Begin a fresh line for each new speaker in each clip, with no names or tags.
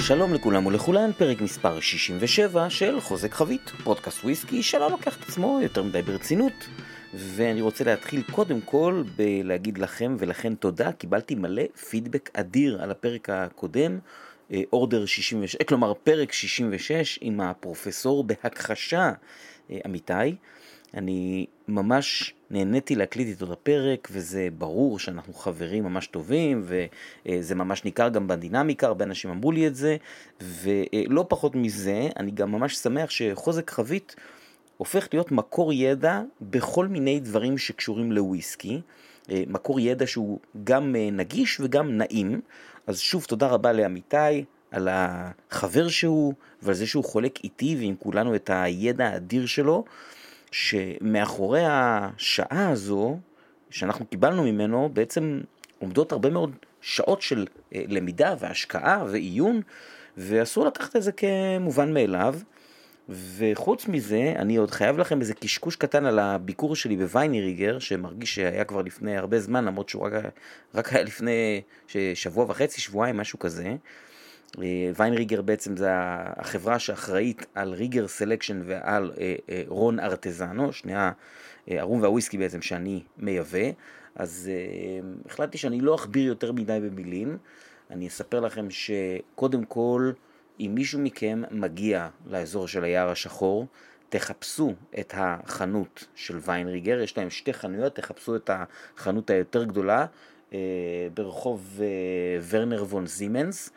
שלום לכולם ולכולן, פרק מספר 67 של חוזק חבית, פודקאסט וויסקי שלא לוקח את עצמו יותר מדי ברצינות. ואני רוצה להתחיל קודם כל בלהגיד לכם ולכן תודה, קיבלתי מלא פידבק אדיר על הפרק הקודם, אורדר 66, כלומר פרק 66 עם הפרופסור בהכחשה אמיתי. אני ממש נהניתי להקליט איתו את הפרק, וזה ברור שאנחנו חברים ממש טובים, וזה ממש ניכר גם בדינמיקה, הרבה אנשים אמרו לי את זה, ולא פחות מזה, אני גם ממש שמח שחוזק חבית הופך להיות מקור ידע בכל מיני דברים שקשורים לוויסקי, מקור ידע שהוא גם נגיש וגם נעים. אז שוב תודה רבה לאמיתי על החבר שהוא, ועל זה שהוא חולק איתי ועם כולנו את הידע האדיר שלו, שמאחורי השעה הזו שאנחנו קיבלנו ממנו בעצם עומדות הרבה מאוד שעות של למידה והשקעה ועיון, ואסור לקחת את זה כמובן מאליו. וחוץ מזה אני עוד חייב לכם איזה קשקוש קטן על הביקור שלי בווייניריגר, שמרגיש שהיה כבר לפני הרבה זמן, למרות שהוא רק היה לפני שבוע וחצי, שבועיים, משהו כזה. ויינריגר בעצם זה החברה שאחראית על ריגר סלקשן ועל רון ארטזנו, שני הרום והוויסקי בעצם שאני מייבא. אז החלטתי שאני לא אכביר יותר מדי במילים, אני אספר לכם שקודם כל, אם מישהו מכם מגיע לאזור של היער השחור, תחפשו את החנות של ויינריגר, יש להם שתי חנויות, תחפשו את החנות היותר גדולה, ברחוב ורנר וון זימנס,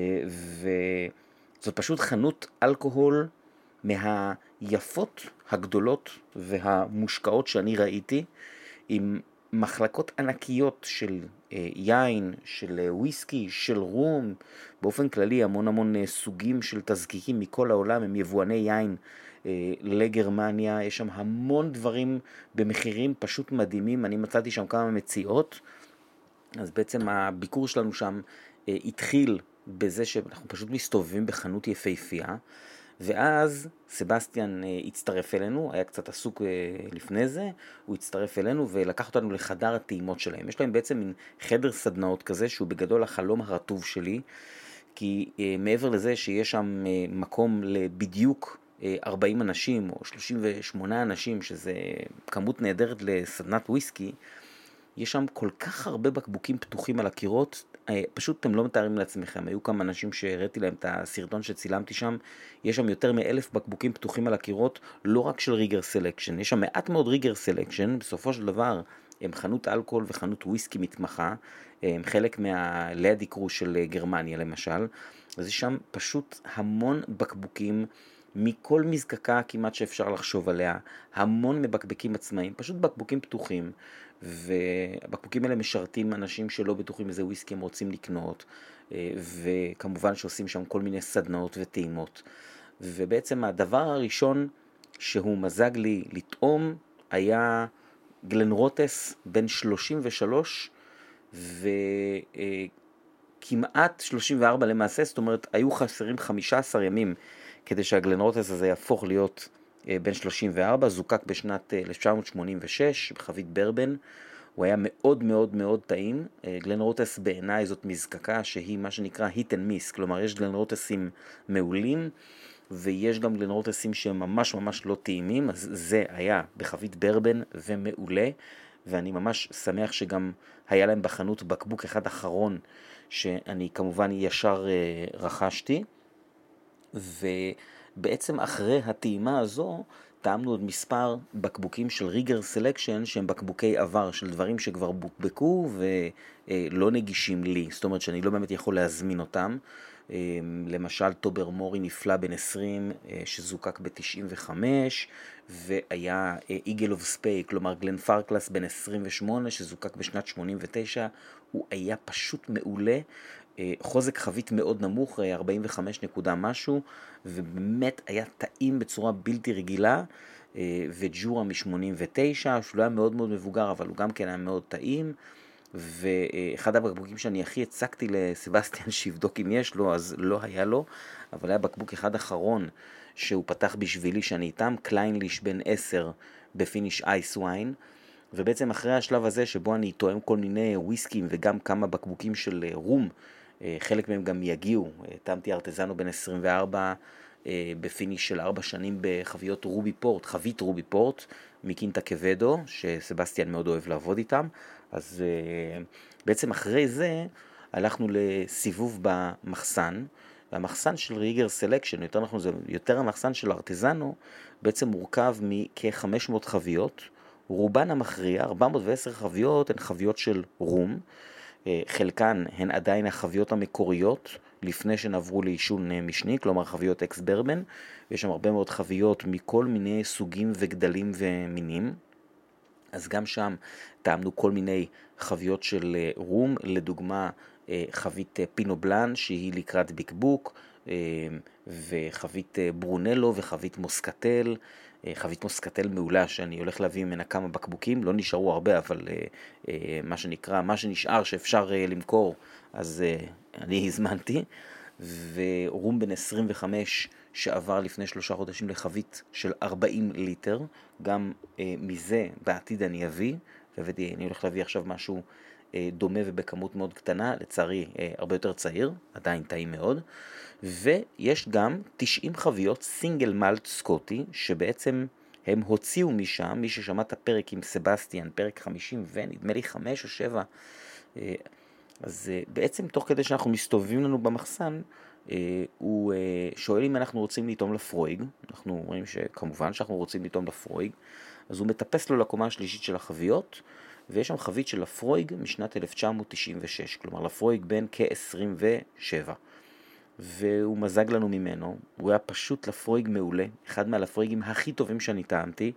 וזאת פשוט חנות אלכוהול מהיפות הגדולות והמושקעות שאני ראיתי, עם מחלקות ענקיות של יין, של וויסקי, של רום, באופן כללי המון סוגים של תזקיקים מכל העולם, הם יבואני יין לגרמניה, יש שם המון דברים במחירים פשוט מדהימים, אני מצאתי שם כמה מציאות. אז בעצם הביקור שלנו שם התחיל בזה שאנחנו פשוט מסתובבים בחנות יפהפייה, ואז סבסטיאן הצטרף אלינו, היה קצת עסוק לפני זה, הוא הצטרף אלינו ולקח אותנו לחדר הטעימות שלהם. יש להם בעצם מין חדר סדנאות כזה, שהוא בגדול החלום הרטוב שלי, כי מעבר לזה שיש שם מקום לבדיוק 40 אנשים או 38 אנשים, שזה כמות נהדרת לסדנת וויסקי, יש שם כל כך הרבה בקבוקים פתוחים על הקירות, פשוט אתם לא מתארים לעצמכם. היו כמה אנשים שהראיתי להם את הסרטון שצילמתי שם, יש שם יותר מ1,000 בקבוקים פתוחים על הקירות, לא רק של ריגר סלקשן, יש שם מעט מאוד ריגר סלקשן, בסופו של דבר הם חנות אלכוהול וחנות וויסקי מתמחה, הם חלק מהליד יקרו של גרמניה למשל, אז יש שם פשוט המון בקבוקים, מכל מזקקה כמעט שאפשר לחשוב עליה, המון מבקבקים עצמאיים, פשוט בקבוקים פתוחים, והבקבוקים האלה משרתים אנשים שלא בטוחים איזה וויסקי הם רוצים לקנות, וכמובן שעושים שם כל מיני סדנאות וטעימות. ובעצם הדבר הראשון שהוא מזג לי לטעום היה גלנרוטס בן 33 וכמעט 34 למעשה, זאת אומרת היו חסרים 15 ימים כדי שהגלנרוטס הזה יהפוך להיות בן 34, זוקק בשנת 1986 בחבית ברבן. הוא היה מאוד טעים. גלנרוטס בעיניי זאת מזקקה שהיא מה שנקרא hit and miss, כלומר יש גלנרוטסים מעולים ויש גם גלנרוטסים שהם ממש לא טעימים, אז זה היה בחבית ברבן ומעולה, ואני ממש שמח שגם היה להם בחנות בקבוק אחד אחרון שאני כמובן ישר רכשתי. ובעצם אחרי הטעימה הזו טעמנו עוד מספר בקבוקים של ריגר סלקשן שהם בקבוקי עבר של דברים שכבר בוקבקו ולא נגישים לי, זאת אומרת שאני לא באמת יכול להזמין אותם. למשל טובר מורי נפלא בן 20 שזוקק ב-95, והיה איגל אוף ספיי, כלומר גלן פרקלס בן 28 שזוקק בשנת 89, הוא היה פשוט מעולה. חוזק חבית מאוד נמוך, 45 נקודה משהו, ובאמת היה טעים בצורה בלתי רגילה. וג'ורה מ-89 שהוא היה מאוד מבוגר, אבל הוא גם כן היה מאוד טעים. ואחד הבקבוקים שאני הכי הצקתי לסבסטיאן שיבדוק אם יש לו, אז לא היה לו, אבל היה בקבוק אחד אחרון שהוא פתח בשבילי שאני איתם, קליינליש בן 10 בפיניש אייס וויין, ובעצם אחרי השלב הזה שבו אני טועם כל מיני וויסקים וגם כמה בקבוקים של רום חלק מהם גם יגיעו. טעמתי ארטזנו בן 24 בפיניש של 4 שנים בחביות רובי פורט, חבית רובי פורט מקינטה קוודו, שסבסטיאן מאוד אוהב לעבוד איתם. אז בעצם אחרי זה הלכנו לסיבוב במחסן, והמחסן של ריגר סלקשן, יותר המחסן של ארטזנו, בעצם מורכב מכ-500 חביות, רובן המכריע, 410 חביות, הן חביות של רום, חלקן הן עדיין החביות המקוריות, לפני שנעברו לעישון משני, כלומר חביות אקס ברבן, ויש שם הרבה מאוד חביות מכל מיני סוגים וגדלים ומינים, אז גם שם טעמנו כל מיני חביות של רום, לדוגמה חבית פינו בלן שהיא לקראת ביקבוק, וחבית ברונלו וחבית מוסקטל, חבית מוסקטל מעולה שאני הולך להביא ממנה כמה בקבוקים, לא נשארו הרבה, אבל מה שנקרא, מה שנשאר שאפשר למכור, אז אני הזמנתי. ורום בן 25 שעבר לפני 3 חודשים לחבית של 40 ליטר, גם מזה בעתיד אני אביא, ואני הולך להביא עכשיו משהו דומה ובכמות מאוד קטנה, לצערי הרבה יותר צעיר, עדיין טעים מאוד. ויש גם 90 חביות סינגל מלט סקוטי, שבעצם הם הוציאו משם, מי ששמע את הפרק עם סבסטיאן, פרק 50 ונדמה לי 5 או 7, אז בעצם תוך כדי שאנחנו מסתובבים לנו במחסן, הוא שואל אם אנחנו רוצים לטעום לפרויג, אנחנו אומרים שכמובן שאנחנו רוצים לטעום לפרויג, אז הוא מטפס לו לקומה השלישית של החביות, ויש שם חבית של לפרויג משנת 1996, כלומר לפרויג בן כ-27, והוא מזג לנו ממנו, הוא היה פשוט לפרויג מעולה, אחד מהלפרויגים הכי טובים שאני טעמתי,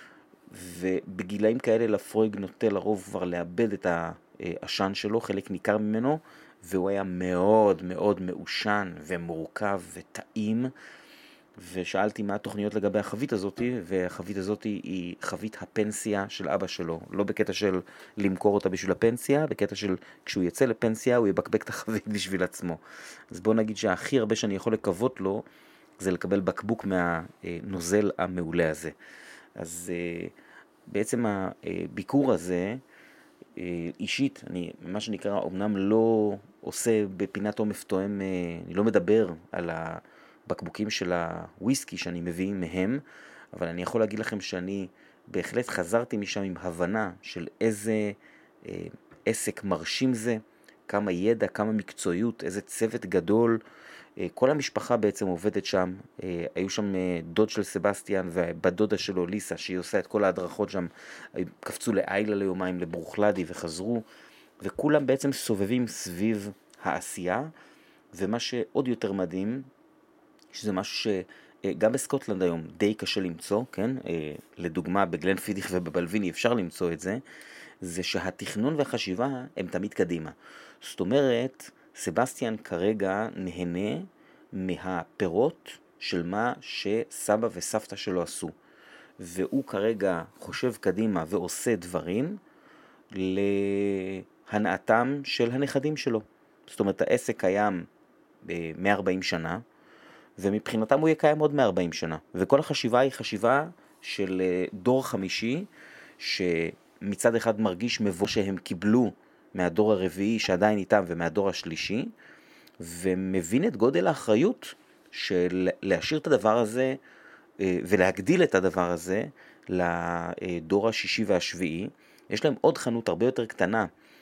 ובגילאים כאלה לפרויג נוטה לרוב כבר לאבד את העשן שלו, חלק ניכר ממנו, והוא היה מאוד מאוד מעושן ומורכב וטעים, ושאלתי מה התוכניות לגבי החבית הזאת, והחבית הזאת היא חבית הפנסיה של אבא שלו, לא בקטע של למכור אותה בשביל הפנסיה, בקטע של כשהוא יצא לפנסיה הוא יבקבק את החבית בשביל עצמו. אז בוא נגיד שהכי הרבה שאני יכול לקוות לו, זה לקבל בקבוק מהנוזל המעולה הזה. אז בעצם הביקור הזה, אישית, אני מה שנקרא, אמנם לא עושה בפינת עומף תואם, אני לא מדבר על הבקבוקים של הוויסקי שאני מביא מהם, אבל אני יכול להגיד לכם שאני בהחלט חזרתי משם עם הבנה של איזה עסק מרשים זה, כמה ידע, כמה מקצועיות, איזה צוות גדול, כל המשפחה בעצם עובדת שם, היו שם דוד של סבסטיאן ובדודה שלו ליסה שהיא עושה את כל ההדרכות שם, קפצו לאיילה ליומיים לברוכלדי וחזרו, וכולם בעצם סובבים סביב העשייה, ומה שעוד יותר מדהים, שזה משהו שגם בסקוטלנד היום די קשה למצוא, כן? לדוגמה בגלנפידיך ובבלוויני אפשר למצוא את זה, זה שהתכנון והחשיבה הם תמיד קדימה. זאת אומרת, סבסטיאן כרגע נהנה מהפירות של מה שסבא וסבתא שלו עשו. והוא כרגע חושב קדימה ועושה דברים להנאתם של הנכדים שלו. זאת אומרת, העסק קיים ב-140 שנה, ומבחינתם הוא יהיה קיים עוד 140 שנה. וכל החשיבה היא חשיבה של דור חמישי, שמצד אחד מרגיש מבוא שהם קיבלו מהדור הרביעי שעדיין איתם ומהדור השלישי, ומבין את גודל האחריות של להשאיר את הדבר הזה ולהגדיל את הדבר הזה לדור השישי והשביעי. יש להם עוד חנות הרבה יותר קטנה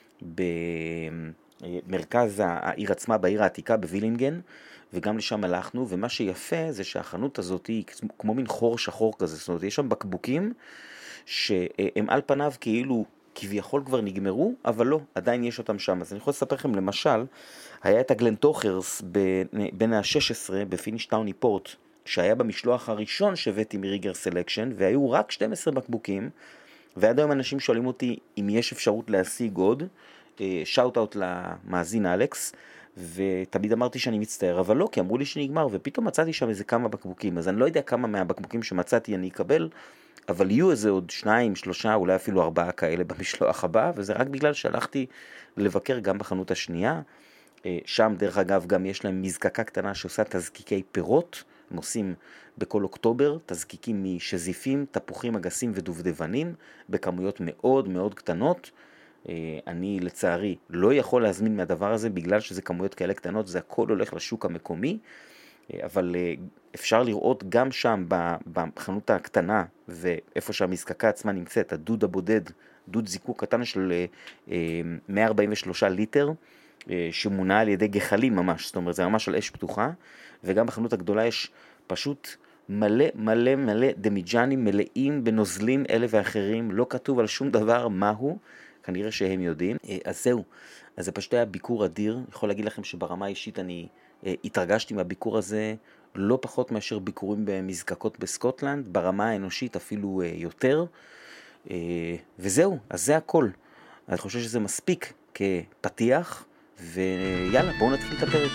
במרכז העיר עצמה, בעיר העתיקה בווילינגן, וגם לשם הלכנו, ומה שיפה זה שהחנות הזאת היא כמו מין חור שחור כזה, זאת אומרת יש שם בקבוקים שהם על פניו כאילו כביכול כבר נגמרו, אבל לא, עדיין יש אותם שם. אז אני יכול לספר לכם, למשל, היה את הגלנטוכרס בין ה-16 בפיניש טאוני פורט, שהיה במשלוח הראשון שהבאתי מריגר סלקשן, והיו רק 12 בקבוקים, ועד היום אנשים שואלים אותי אם יש אפשרות להשיג עוד, שאוט אאוט למאזין אלכס, ותמיד אמרתי שאני מצטער, אבל לא, כי אמרו לי שנגמר, ופתאום מצאתי שם איזה כמה בקבוקים, אז אני לא יודע כמה מהבקבוקים שמצאתי אני אקבל, אבל יהיו איזה עוד 2, 3, אולי אפילו 4 כאלה במשלוח הבא, וזה רק בגלל שהלכתי לבקר גם בחנות השנייה. שם דרך אגב גם יש להם מזקקה קטנה שעושה תזקיקי פירות, הם עושים בכל אוקטובר תזקיקים משזיפים, תפוחים, אגסים ודובדבנים, בכמויות מאוד מאוד קטנות, אני לצערי לא יכול להזמין מהדבר הזה בגלל שזה כמויות כאלה קטנות, זה הכל הולך לשוק המקומי, אבל אפשר לראות גם שם בחנות הקטנה ואיפה שהמזקקה עצמה נמצאת, הדוד הבודד, דוד זיקוק קטן של 143 ליטר, שמונע על ידי גחלים ממש, זאת אומרת זה ממש על אש פתוחה, וגם בחנות הגדולה יש פשוט מלא מלא מלא דמיג'נים מלאים בנוזלים אלה ואחרים, לא כתוב על שום דבר מהו, כנראה שהם יודעים. אז זהו, אז זה פשוט היה ביקור אדיר, יכול להגיד לכם שברמה האישית אני התרגשתי מהביקור הזה לא פחות מאשר ביקורים במזקקות בסקוטלנד, ברמה האנושית אפילו יותר, וזהו, אז זה הכל. אני חושב שזה מספיק כפתיח, ויאללה, בואו נתחיל את הפרק.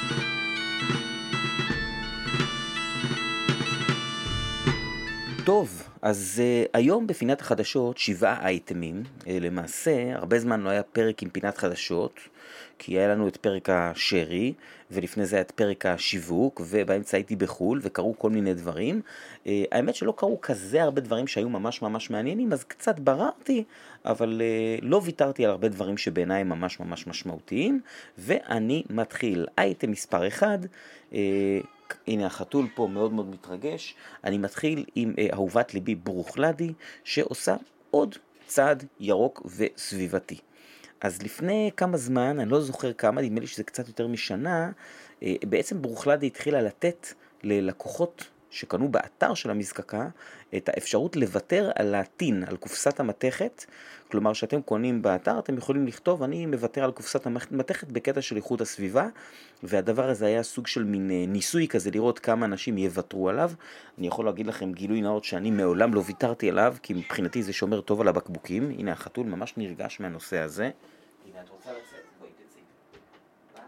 טוב, אז היום בפינת החדשות 7 אייטמים, למעשה הרבה זמן לא היה פרק עם פינת חדשות, כי היה לנו את פרק השרי, ולפני זה היה את פרק השיווק, ובאמצע הייתי בחול, וקראו כל מיני דברים. האמת שלא קראו כזה הרבה דברים שהיו ממש ממש מעניינים, אז קצת בררתי, אבל לא ויתרתי על הרבה דברים שבעיניי ממש ממש משמעותיים, ואני מתחיל. אייטם מספר 1, הנה החתול פה מאוד מאוד מתרגש, אני מתחיל עם אהובת ליבי ברוכלדי, שעושה עוד צעד ירוק וסביבתי. אז לפני כמה זמן, אני לא זוכר כמה, נדמה לי שזה קצת יותר משנה, בעצם ברוכלדי התחילה לתת ללקוחות שקנו באתר של המזקקה את האפשרות לוותר על הטין, על קופסת המתכת. כלומר, שאתם קונים באתר, אתם יכולים לכתוב, אני מוותר על קופסת המתכת בקטע של איכות הסביבה, והדבר הזה היה סוג של מין ניסוי כזה, לראות כמה אנשים יוותרו עליו. אני יכול להגיד לכם גילוי נאות שאני מעולם לא ויתרתי עליו, כי מבחינתי זה שומר טוב על הבקבוקים. הנה, החתול ממש נרגש מהנושא הזה. הנה, את רוצה לצאת? בואי תצאי. ביי.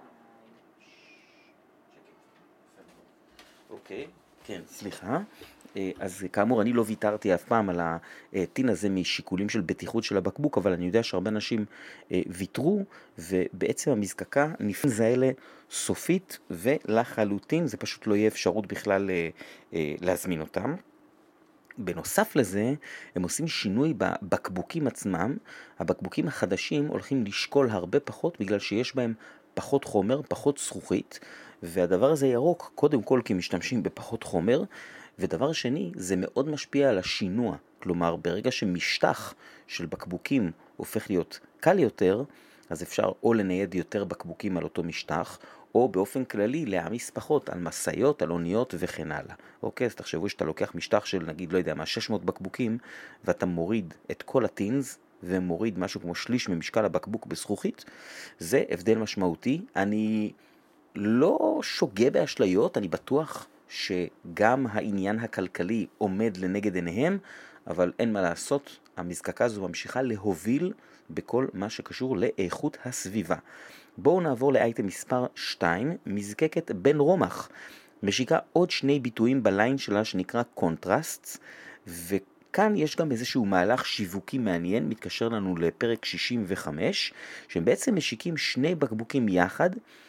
אוקיי, כן, סליחה. אז כאמור, אני לא ויתרתי אף פעם על הטין הזה משיקולים של בטיחות של הבקבוק, אבל אני יודע שהרבה אנשים ויתרו, ובעצם המזקקה נפנז האלה סופית ולחלוטין, זה פשוט לא יהיה אפשרות בכלל להזמין אותם. בנוסף לזה, הם עושים שינוי בבקבוקים עצמם. הבקבוקים החדשים הולכים לשקול הרבה פחות, בגלל שיש בהם פחות חומר, פחות זכוכית, והדבר הזה ירוק קודם כל כי משתמשים בפחות חומר, ודבר שני, זה מאוד משפיע על השינוע. כלומר, ברגע שמשטח של בקבוקים הופך להיות קל יותר, אז אפשר או לנייד יותר בקבוקים על אותו משטח, או באופן כללי להעמיס פחות על מסעיות, על אוניות וכן הלאה. אוקיי, אז תחשבו שאתה לוקח משטח של נגיד, לא יודע מה, 600 בקבוקים, ואתה מוריד את כל הטינס, ומוריד משהו כמו שליש ממשקל הבקבוק בזכוכית, זה הבדל משמעותי. אני לא שוגה באשליות, אני בטוח שגם העניין הכלכלי עומד לנגד עיניהם, אבל אין מה לעשות, המזקקה הזו ממשיכה להוביל בכל מה שקשור לאיכות הסביבה. בואו נעבור לאייטם מספר 2, מזקקת בן רומח. משיקה עוד 2 ביטויים בליין שלה שנקרא קונטרסט, וכאן יש גם איזשהו מהלך שיווקי מעניין, מתקשר לנו לפרק 65, שהם בעצם משיקים 2 בקבוקים יחד,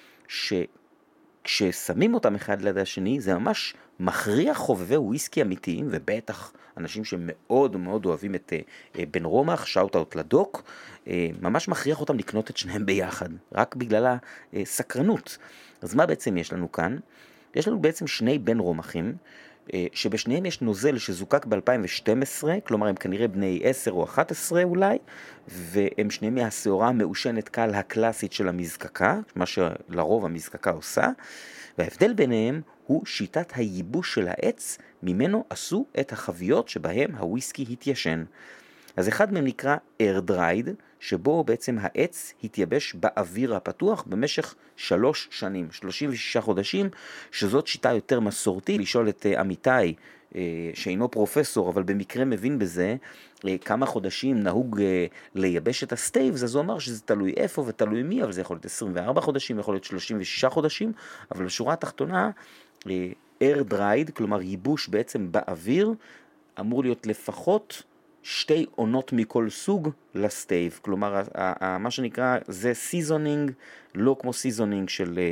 כששמים אותם אחד ליד השני, זה ממש מכריח חובבי וויסקי אמיתיים, ובטח אנשים שמאוד מאוד אוהבים את בן רומח, שאוט אאוט לדוק, ממש מכריח אותם לקנות את שניהם ביחד, רק בגלל הסקרנות. אז מה בעצם יש לנו כאן? יש לנו בעצם 2 בן רומחים, שבשניהם יש נוזל שזוקק ב-2012, כלומר הם כנראה בני 10 או 11 אולי, והם שניהם מהשעורה המעושנת קל הקלאסית של המזקקה, מה שלרוב המזקקה עושה, וההבדל ביניהם הוא שיטת הייבוש של העץ, ממנו עשו את החביות שבהם הוויסקי התיישן. אז אחד מהם נקרא air dried, שבו בעצם העץ התייבש באוויר הפתוח במשך 3 שנים, 36 חודשים, שזאת שיטה יותר מסורתית. לשאול את אמיתי, שאינו פרופסור, אבל במקרה מבין בזה, כמה חודשים נהוג לייבש את הסטייבס, אז הוא אמר שזה תלוי איפה ותלוי מי, אבל זה יכול להיות 24 חודשים, יכול להיות 36 חודשים, אבל בשורה התחתונה, air dried, כלומר ייבוש בעצם באוויר, אמור להיות לפחות 2 עונות מכל סוג לסטייב, כלומר מה שנקרא זה סיזונינג, לא כמו סיזונינג של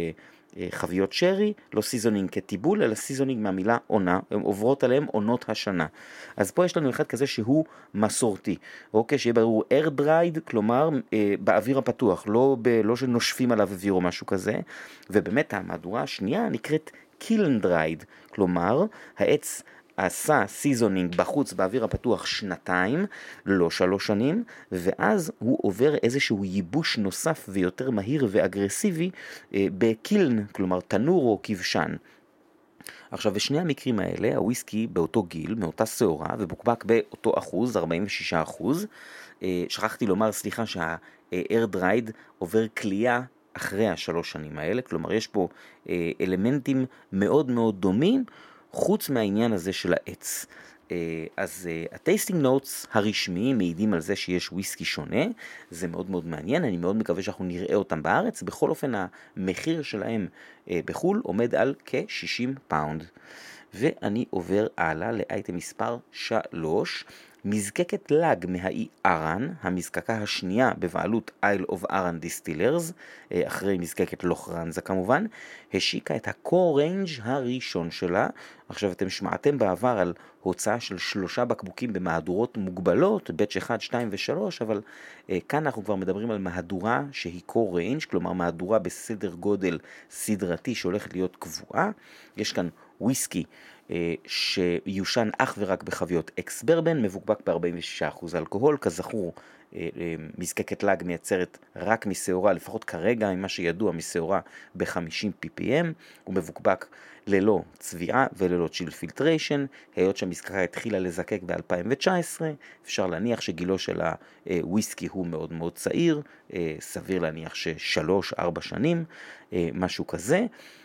חביות שרי, לא סיזונינג כטיבול, אלא סיזונינג מהמילה עונה, הן עוברות עליהם עונות השנה. אז פה יש לנו אחד כזה שהוא מסורתי, אוקיי, שיהיה ברור air dried, כלומר באוויר הפתוח, לא שנושפים עליו אוויר או משהו כזה, ובאמת המהדורה השנייה נקראת kiln dried, כלומר העץ עשה סיזונינג בחוץ באוויר הפתוח 2, לא 3 שנים, ואז הוא עובר איזשהו ייבוש נוסף ויותר מהיר ואגרסיבי בקילן, כלומר תנור או כבשן. עכשיו, בשני המקרים האלה, הוויסקי באותו גיל, מאותה שעורה, ובוקבק באותו אחוז, 46%. שכחתי לומר, סליחה, שהאר דרייד עובר קלייה אחרי 3 שנים האלה, כלומר יש פה אלמנטים מאוד מאוד דומים, חוץ מהעניין הזה של העץ. אז הטייסטינג נוטס הרשמיים מעידים על זה שיש וויסקי שונה, זה מאוד מאוד מעניין, אני מאוד מקווה שאנחנו נראה אותם בארץ, בכל אופן המחיר שלהם בחול עומד על כ-60 פאונד. ואני עובר הלאה לאייטם מספר 3, מזקקת לג מהאי ארן, המזקקה השנייה בבעלות Isle of Arran Distillers, אחרי מזקקת לוחרנזה כמובן, השיקה את הקור ריינג' הראשון שלה. עכשיו אתם שמעתם בעבר על הוצאה של 3 בקבוקים במהדורות מוגבלות, בטש 1, 2 ו-3, אבל כאן אנחנו כבר מדברים על מהדורה שהיא קור ריינג', כלומר מהדורה בסדר גודל סדרתי שהולכת להיות קבועה. יש כאן וויסקי שיושן אך ורק בחביות אקס ברבן, מבוקבק ב-46% אלכוהול. כזכור, מזקקת לג מייצרת רק משעורה, לפחות כרגע ממה שידוע, משעורה ב-50 ppm, הוא מבוקבק ללא צביעה וללא צ'יל פילטריישן. היות שהמזקקה התחילה לזקק ב-2019, אפשר להניח שגילו של הוויסקי הוא מאוד מאוד צעיר, סביר להניח ש3-4 שנים, משהו כזה.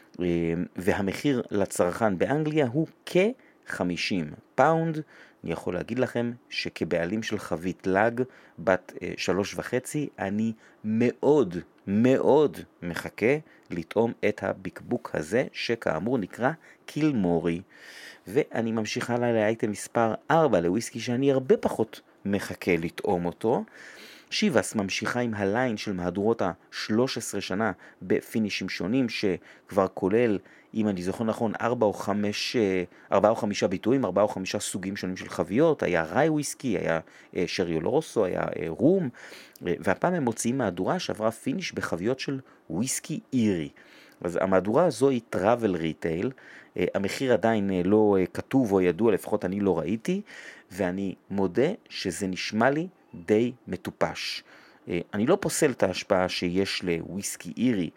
והמחיר לצרכן באנגליה הוא כ-50 פאונד. אני יכול להגיד לכם שכבעלים של חבית לג בת 3.5, אני מאוד מאוד מחכה לטעום את הבקבוק הזה, שכאמור נקרא קילמורי. ואני ממשיך הלאה לאייטם מספר 4, לוויסקי שאני הרבה פחות מחכה לטעום אותו. שיבאס ממשיכה עם הליין של מהדורות ה-13 שנה בפינישים שונים, שכבר כולל, אם אני זוכר נכון, 4 או 5 ביטויים, 4 או 5 סוגים שונים של חביות. היה ריי וויסקי, היה שרי אולורוסו, היה רום, והפעם הם מוציאים מהדורה שעברה פיניש בחביות של וויסקי אירי. אז המהדורה הזו היא טראבל ריטייל, המחיר עדיין לא כתוב או ידוע, לפחות אני לא ראיתי, ואני מודה שזה נשמע לי די מטופש. אני לא פוסל את ההשפעה שיש לוויסקי אירי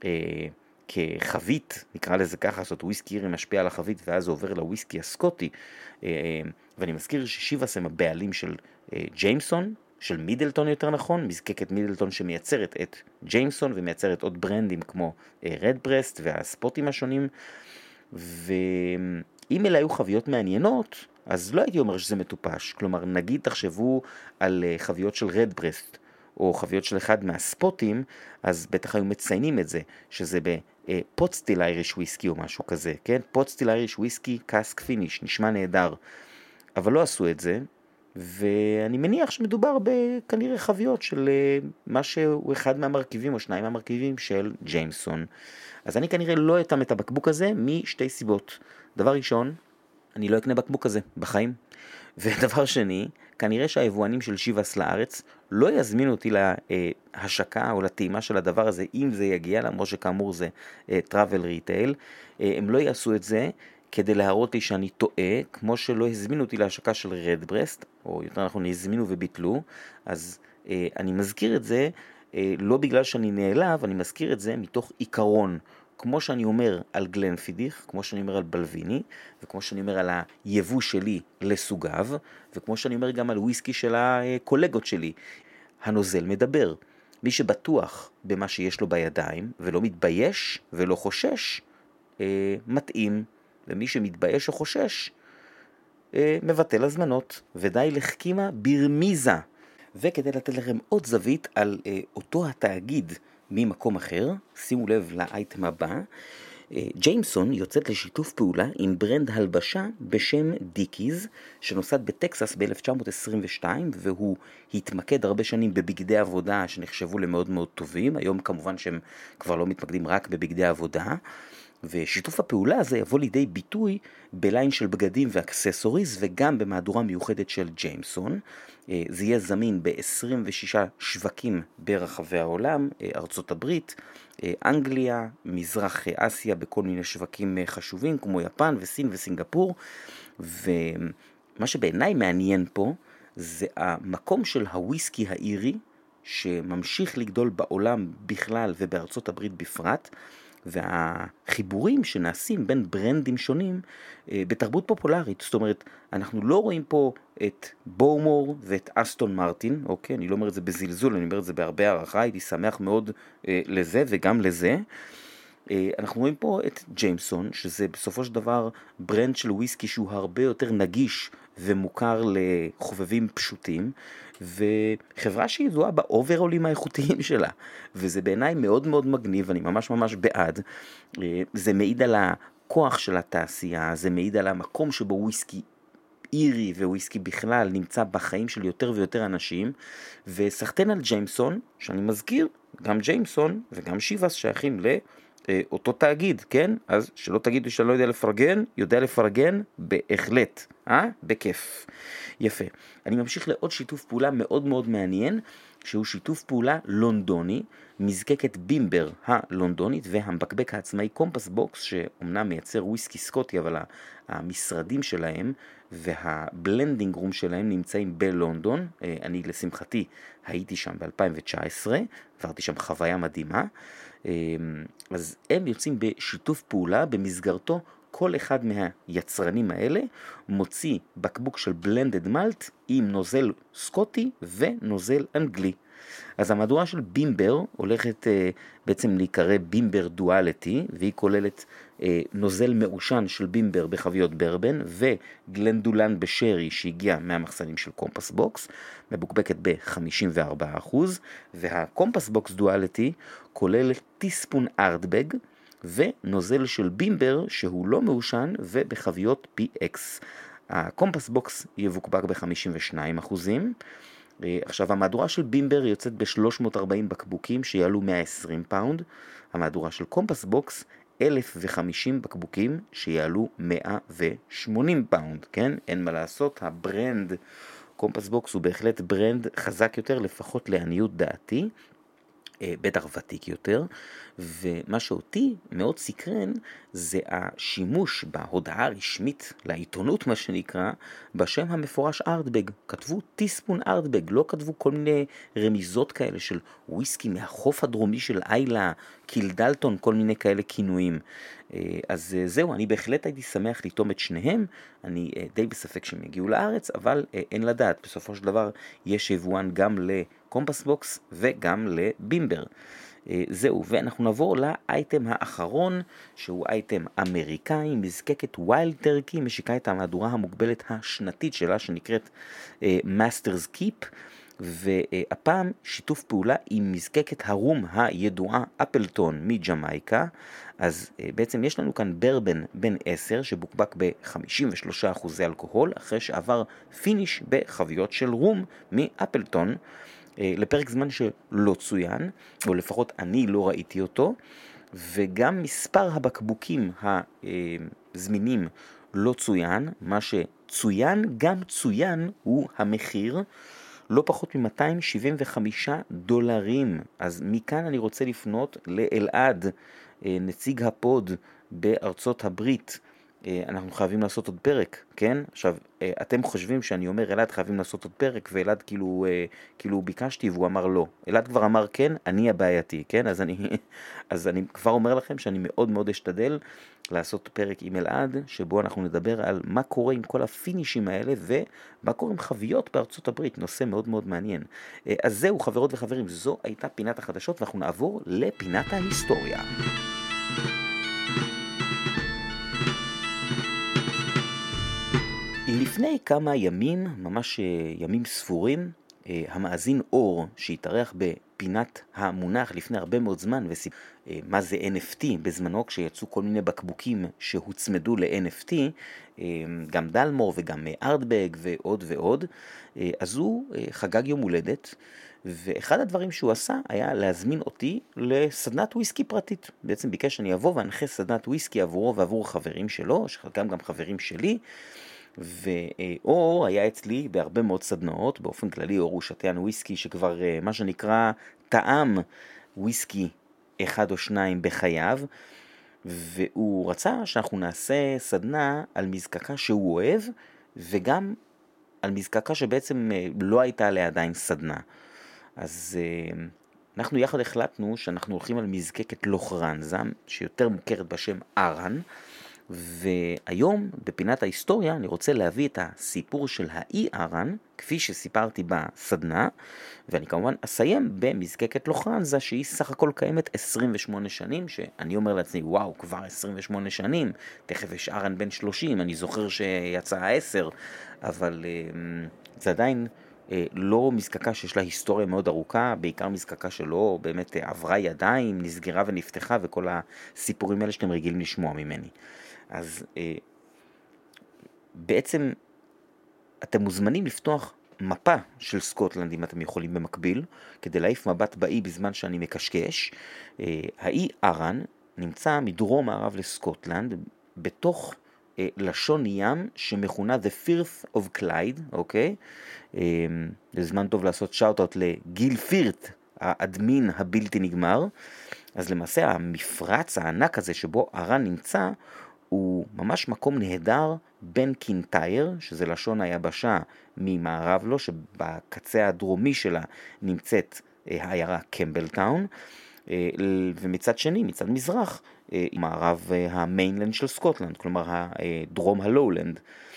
כחבית, נקרא לזה ככה, זאת וויסקי אירי משפיע על החבית ואז עובר לוויסקי הסקוטי, ואני מזכיר ששיבאס הם הבעלים של ג'יימסון, של מידלטון יותר נכון, מזקקת מידלטון שמייצרת את ג'יימסון ומייצרת עוד ברנדים כמו רדברסט והספוטים השונים. ואם אלה היו חביות מעניינות, אז לא הייתי אומר שזה מטופש. כלומר, נגיד תחשבו על חביות של רדברסט או חביות של אחד מהספוטים, אז בטח היו מציינים את זה, שזה בפוט סטיל אייריש וויסקי או משהו כזה, כן? פוט סטיל אייריש וויסקי קאסק פיניש, נשמע נהדר. אבל לא עשו את זה, ואני מניח שמדובר בכנראה חביות של מה שהוא אחד מהמרכיבים או 2 מהמרכיבים של ג'יימסון. אז אני כנראה לא אטעם את הבקבוק הזה משתי סיבות. דבר ראשון, אני לא אקנה בקבוק הזה בחיים. ודבר שני, כנראה שהיבואנים של שיבאס לארץ לא יזמינו אותי להשקה או לטעימה של הדבר הזה, אם זה יגיע, למרות שכאמור זה טראבל ריטייל. הם לא יעשו את זה כדי להראות לי שאני טועה, כמו שלא הזמינו אותי להשקה של רדברסט, או יותר נכון הזמינו וביטלו. אז אני מזכיר את זה לא בגלל שאני נעלב, אני מזכיר את זה מתוך עיקרון. כמו שאני אומר על גלנפידיך, כמו שאני אומר על בלוויני, וכמו שאני אומר על היבוא שלי לסוגיו, וכמו שאני אומר גם על וויסקי של הקולגות שלי. הנוזל מדבר. מי שבטוח במה שיש לו בידיים, ולא מתבייש ולא חושש, מתאים. ומי שמתבייש או חושש, מבטל הזמנות. ודי לחכימה ברמיזה. וכדי לתת לכם עוד זווית על אותו התאגיד ממקום אחר, שימו לב לאייטם הבא, ג'יימסון יוצאת לשיתוף פעולה עם ברנד הלבשה בשם דיקיז, שנוסד בטקסס ב-1922, והוא התמקד הרבה שנים בבגדי עבודה שנחשבו למאוד מאוד טובים. היום כמובן שהם כבר לא מתמקדים רק בבגדי עבודה, ושיתוף הפעולה הזה יבוא לידי ביטוי בליין של בגדים ואקססוריז, וגם במהדורה מיוחדת של ג'יימסון. זה יהיה זמין ב-26 שווקים ברחבי העולם, ארצות הברית, אנגליה, מזרח אסיה, בכל מיני שווקים חשובים כמו יפן וסין וסינגפור. ומה שבעיניי מעניין פה זה המקום של הוויסקי האירי שממשיך לגדול בעולם בכלל ובארצות הברית בפרט, והחיבורים שנעשים בין ברנדים שונים בתרבות פופולרית. זאת אומרת, אנחנו לא רואים פה את בורמור ואת אסטון מרטין, אוקיי? אני לא אומר את זה בזלזול, אני אומר את זה בהרבה הערכה, הייתי שמח מאוד לזה וגם לזה. אנחנו רואים פה את ג'יימסון, שזה בסופו של דבר ברנד של וויסקי שהוא הרבה יותר נגיש ומוכר לחובבים פשוטים, וחברה שידועה באוברולים האיכותיים שלה, וזה בעיניי מאוד מאוד מגניב, אני ממש ממש בעד. זה מעיד על הכוח של התעשייה, זה מעיד על המקום שבו וויסקי אירי וויסקי בכלל נמצא בחיים של יותר ויותר אנשים, וסחטן על ג'יימסון, שאני מזכיר, גם ג'יימסון וגם שיבאס שייכים לאותו תאגיד, כן? אז שלא תגידו שאני לא יודע לפרגן, יודע לפרגן בהחלט, בכיף. יפה. אני ממשיך לעוד שיתוף פעולה מאוד מאוד מעניין, שהוא שיתוף פעולה לונדוני, מזקקת בימבר הלונדונית והמבקבק העצמאי קומפס בוקס, שאומנם מייצר וויסקי סקוטי, אבל המשרדים שלהם והבלנדינג רום שלהם נמצאים בלונדון. אני לשמחתי הייתי שם ב-2019, עברתי שם חוויה מדהימה. אז הם יוצאים בשיתוף פעולה, במסגרתו כל אחד מהיצרנים האלה מוציא בקבוק של בלנדד מלט עם נוזל סקוטי ונוזל אנגלי. אז המהדורה של בימבר הולכת בעצם להיקרא בימבר דואליטי, והיא כוללת נוזל מעושן של בימבר בחביות ברבן וגלנדולן בשרי שהגיע מהמחסנים של קומפס בוקס, מבוקבקת ב-54%, והקומפס בוקס דואליטי כולל טיספון ארדבג ונוזל של בימבר שהוא לא מעושן ובחביות PX. הקומפס בוקס יבוקבק ב-52%. עכשיו, המהדורה של בימבר יוצאת ב-340 בקבוקים שיעלו 120 פאונד. המהדורה של קומפס בוקס 1,050 בקבוקים שיעלו 180 פאונד, כן? אין מה לעשות, הברנד קומפס בוקס הוא בהחלט ברנד חזק יותר, לפחות לעניות דעתי, בטח ותיק יותר. ומה שאותי מאוד סקרן זה השימוש בהודעה הרשמית לעיתונות, מה שנקרא, בשם המפורש ארדבג. כתבו טיספון ארדבג, לא כתבו כל מיני רמיזות כאלה של וויסקי מהחוף הדרומי של איילה, קילדלטון, כל מיני כאלה כינויים. אז זהו, אני בהחלט הייתי שמח לטעום את שניהם. אני די בספק שהם יגיעו לארץ, אבל אין לדעת, בסופו של דבר יש יבואן גם לקומפס בוקס וגם לבימבר. זהו, ואנחנו נעבור לאייטם האחרון, שהוא אייטם אמריקאי, מזקקת ווילד טרקי, משיקה את המהדורה המוגבלת השנתית שלה, שנקראת מאסטרס קיפ, והפעם שיתוף פעולה עם מזקקת הרום הידועה אפלטון מג'מייקה. אז בעצם יש לנו כאן ברבן בן 10 שבוקבק ב-53% אלכוהול, אחרי שעבר פיניש בחביות של רום מאפלטון, לפרק זמן שלא צוין, או לפחות אני לא ראיתי אותו, וגם מספר הבקבוקים הזמינים לא צוין. מה שצוין, גם צוין, הוא המחיר, לא פחות $275. אז מכאן אני רוצה לפנות לאלעד, נציג הפוד בארצות הברית. אנחנו חייבים לעשות עוד פרק, כן? עכשיו, אתם חושבים שאני אומר אלעד חייבים לעשות עוד פרק, ואלעד כאילו ביקשתי והוא אמר לא. אלעד כבר אמר כן, אני הבעייתי, כן? אז אני כבר אומר לכם שאני מאוד מאוד אשתדל לעשות פרק עם אלעד, שבו אנחנו נדבר על מה קורה עם כל הפינישים האלה, ומה קורה עם חביות בארצות הברית, נושא מאוד מאוד מעניין. אז זהו, חברות וחברים, זו הייתה פינת החדשות, ואנחנו נעבור לפינת ההיסטוריה. לפני כמה ימים, ממש ימים ספורים, המאזין אור שהתארח בפינת המונח לפני הרבה מאוד זמן מה זה NFT בזמנו כשיצאו כל מיני בקבוקים שהוצמדו ל-NFT, גם דלמור וגם ארטבג ועוד ועוד, אז הוא חגג יום הולדת, ואחד הדברים שהוא עשה היה להזמין אותי לסדנת וויסקי פרטית. בעצם ביקש שאני אבוא ואנחה סדנת וויסקי עבורו ועבור חברים שלו, שחלקם גם חברים שלי, ואור היה אצלי בהרבה מאוד סדנאות. באופן כללי אור הוא שתיין וויסקי שכבר מה שנקרא טעם וויסקי אחד או שניים בחייו, והוא רצה שאנחנו נעשה סדנה על מזקקה שהוא אוהב, וגם על מזקקה שבעצם לא הייתה עליה עדיין סדנה. אז אנחנו יחד החלטנו שאנחנו הולכים על מזקקת לוחרנזה, שיותר מוכרת בשם ארן, והיום בפינת ההיסטוריה אני רוצה להביא את הסיפור של האי ארן, כפי שסיפרתי בסדנה, ואני כמובן אסיים במזקקת לוחרנזה שהיא סך הכל קיימת 28 שנים, שאני אומר לעצמי וואו, כבר 28 שנים, תכף יש ארן בן 30, אני זוכר שיצא 10, אבל זה עדיין לא מזקקה שיש לה היסטוריה מאוד ארוכה, בעיקר מזקקה שלא באמת עברה ידיים, נסגרה ונפתחה וכל הסיפורים האלה שאתם רגילים לשמוע ממני. אז בעצם אתם מוזמנים לפתוח מפה של סקוטלנד אם אתם יכולים במקביל, כדי להעיף מבט באי בזמן שאני מקשקש. האי ארן נמצא מדרום מערב לסקוטלנד, בתוך לשון ים שמכונה The Firth of Clyde, אוקיי? זה זמן טוב לעשות שאוט-אוט לגיל פירט, האדמין הבלתי נגמר. אז למעשה המפרץ הענק הזה שבו ארן נמצא, הוא ממש מקום נהדר בין קינטייר, שזה לשון היבשה ממערב לו, שבקצה הדרומי שלה נמצאת העיירה קמבלטאון, ומצד שני, מצד מזרח, מערב המיינלנד של סקוטלנד, כלומר הדרום הלואולנד.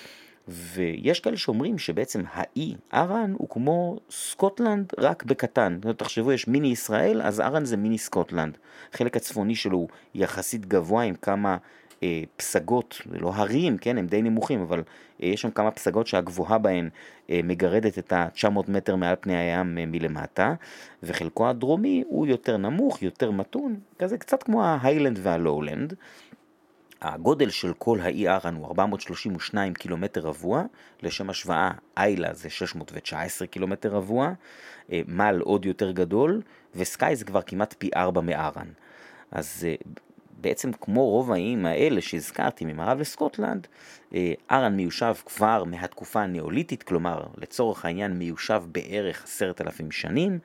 ויש כאלה שאומרים שבעצם האי ארן הוא כמו סקוטלנד רק בקטן. תחשבו, יש מיני ישראל, אז ארן זה מיני סקוטלנד. החלק הצפוני שלו הוא יחסית גבוה עם כמה פסגות, לא הרים, כן, הם די נמוכים, אבל יש שם כמה פסגות שהגבוהה בהן מגרדת את ה-900 מטר מעל פני הים מלמטה, וחלקו הדרומי הוא יותר נמוך, יותר מתון, כזה קצת כמו ההיילנד והלואולנד. הגודל של כל האי ארן הוא 432 קילומטר רבוע, לשם השוואה איילה זה 619 קילומטר רבוע, מל עוד יותר גדול, וסקאי זה כבר כמעט פי 4 מארן. אז בעצם כמו רוב האיים האלה שהזכרתי ממערב לסקוטלנד, ארן מיושב כבר מהתקופה הנאוליתית, כלומר לצורך העניין מיושב בערך 10,000 שנים,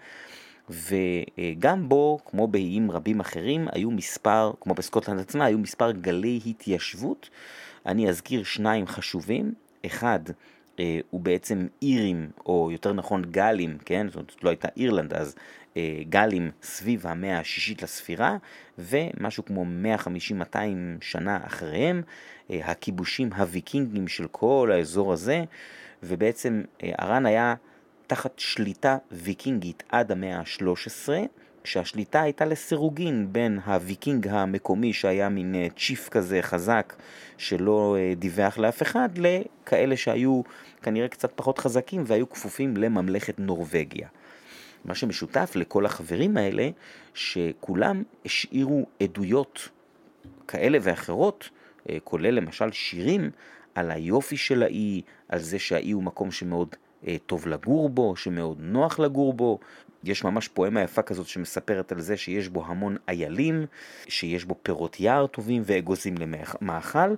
וגם בו, כמו באיים רבים אחרים, היו מספר, כמו בסקוטלנד עצמה, היו מספר גלי התיישבות. אני אזכיר שניים חשובים. אחד הוא בעצם אירים, או יותר נכון גלים, כן? זאת אומרת, לא הייתה אירלנד אז, גלים סביב המאה השישית לספירה, ומשהו כמו 150-200 שנה אחריהם, הכיבושים הוויקינגים של כל האזור הזה, ובעצם ארן היה תחת שליטה ויקינגית עד המאה ה-13, כשהשליטה הייתה לסירוגין בין הוויקינג המקומי שהיה מין צ'יף כזה חזק שלא דיווח לאף אחד, לכאלה שהיו כנראה קצת פחות חזקים והיו כפופים לממלכת נורווגיה. מה שמשותף לכל החברים האלה, שכולם השאירו עדויות כאלה ואחרות, כולל למשל שירים על היופי של האי, על זה שהאי הוא מקום שמאוד טוב לגור בו, שמאוד נוח לגור בו. יש ממש פואמה יפה כזאת שמספרת על זה שיש בו המון איילים, שיש בו פירות יער טובים ואגוזים למאכל,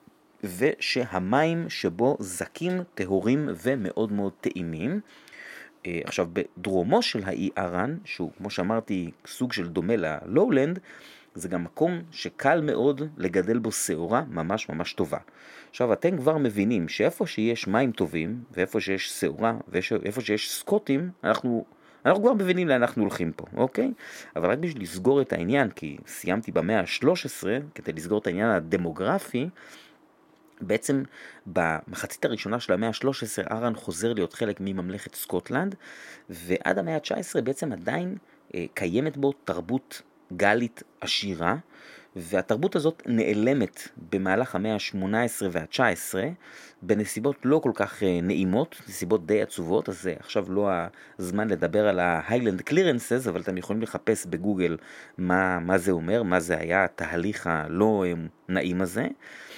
ושהמים שבו זקים, טהורים ומאוד מאוד טעימים. עכשיו, בדרומו של האי ארן, שהוא כמו שאמרתי סוג של דומה ללואולנד, זה גם מקום שקל מאוד לגדל בו שעורה ממש ממש טובה. עכשיו, אתם כבר מבינים שאיפה שיש מים טובים, ואיפה שיש שעורה, ואיפה שיש סקוטים, אנחנו כבר מבינים לאן אנחנו הולכים פה, אוקיי? אבל רק בשביל לסגור את העניין, כי סיימתי במאה ה-13, כדי לסגור את העניין הדמוגרפי, בעצם במחצית הראשונה של המאה ה-13 ארן חוזר להיות חלק מממלכת סקוטלנד, ועד המאה ה-19 בעצם עדיין קיימת בו תרבות גלית עשירה, והתרבות הזאת נעלמת במהלך המאה ה-18 וה-19 בנסיבות לא כל כך נעימות, נסיבות די עצובות, אז זה עכשיו לא הזמן לדבר על ה-Highland Clearances, אבל אתם יכולים לחפש בגוגל מה זה אומר, מה זה היה התהליך הלא נעים הזה.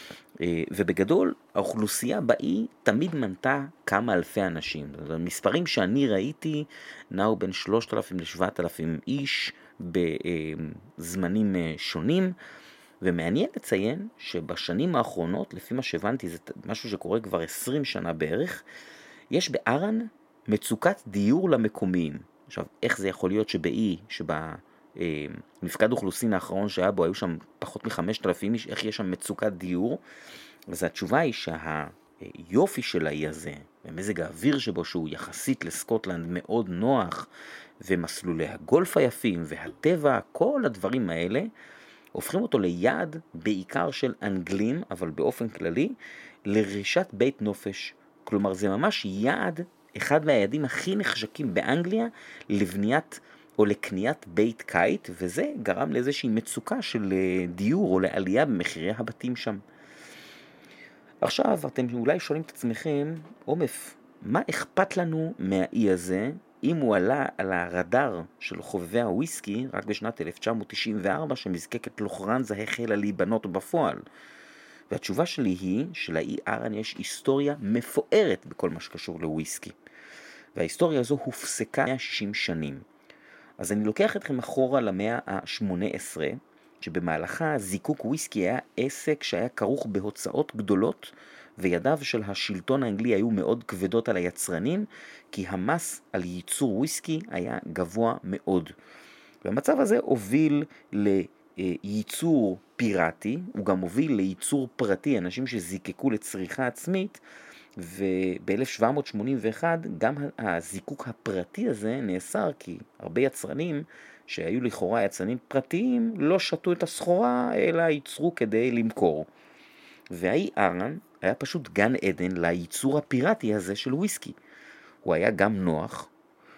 ובגדול האוכלוסייה באי תמיד מנתה כמה אלפי אנשים. המספרים שאני ראיתי נעו בין 3,000 ל-7,000 איש בזמנים שונים, ומעניין לציין שבשנים האחרונות, לפי מה שהבנתי, זה משהו שקורה כבר 20 שנה בערך, יש בארן מצוקת דיור למקומיים. עכשיו, איך זה יכול להיות שבאי, מפקד אוכלוסין האחרון שהיה בו, היו שם פחות מ-5,000 איש, איך יש שם מצוקת דיור? אז התשובה היא שהיופי של האי הזה, ומזג האוויר שבו שהוא יחסית לסקוטלנד מאוד נוח, ומסלולי הגולף היפים, והטבע, כל הדברים האלה, הופכים אותו ליעד בעיקר של אנגלים, אבל באופן כללי, לרישת בית נופש. כלומר, זה ממש יעד, אחד מהיעדים הכי נחשקים באנגליה, לבניית או לקניית בית קיץ, וזה גרם לאיזושהי מצוקה של דיור או לעלייה במחירי הבתים שם. עכשיו אתם אולי שואלים את עצמכם, עומף, מה אכפת לנו מהאי הזה אם הוא עלה על הרדאר של חובבי הוויסקי רק בשנת 1994 שמזקקת לוחרנזה החלה להיבנות בפועל? והתשובה שלי היא שלאי ארן יש היסטוריה מפוארת בכל מה שקשור לוויסקי. וההיסטוריה הזו הופסקה 160 שנים. אז אני לוקח אתכם אחורה למאה ה-18, שבמהלכה זיקוק וויסקי היה עסק שהיה כרוך בהוצאות גדולות, וידיו של השלטון האנגלי היו מאוד כבדות על היצרנים, כי המס על ייצור וויסקי היה גבוה מאוד. והמצב הזה הוביל לייצור פיראטי, הוא גם הוביל לייצור פרטי, אנשים שזיקקו לצריכה עצמית, וב-1781 גם הזיקוק הפרטי הזה נאסר, כי הרבה יצרנים שהיו לכאורה יצרנים פרטיים לא שתו את הסחורה אלא ייצרו כדי למכור. והאי ארן היה פשוט גן עדן לייצור הפיראטי הזה של וויסקי. הוא היה גם נוח,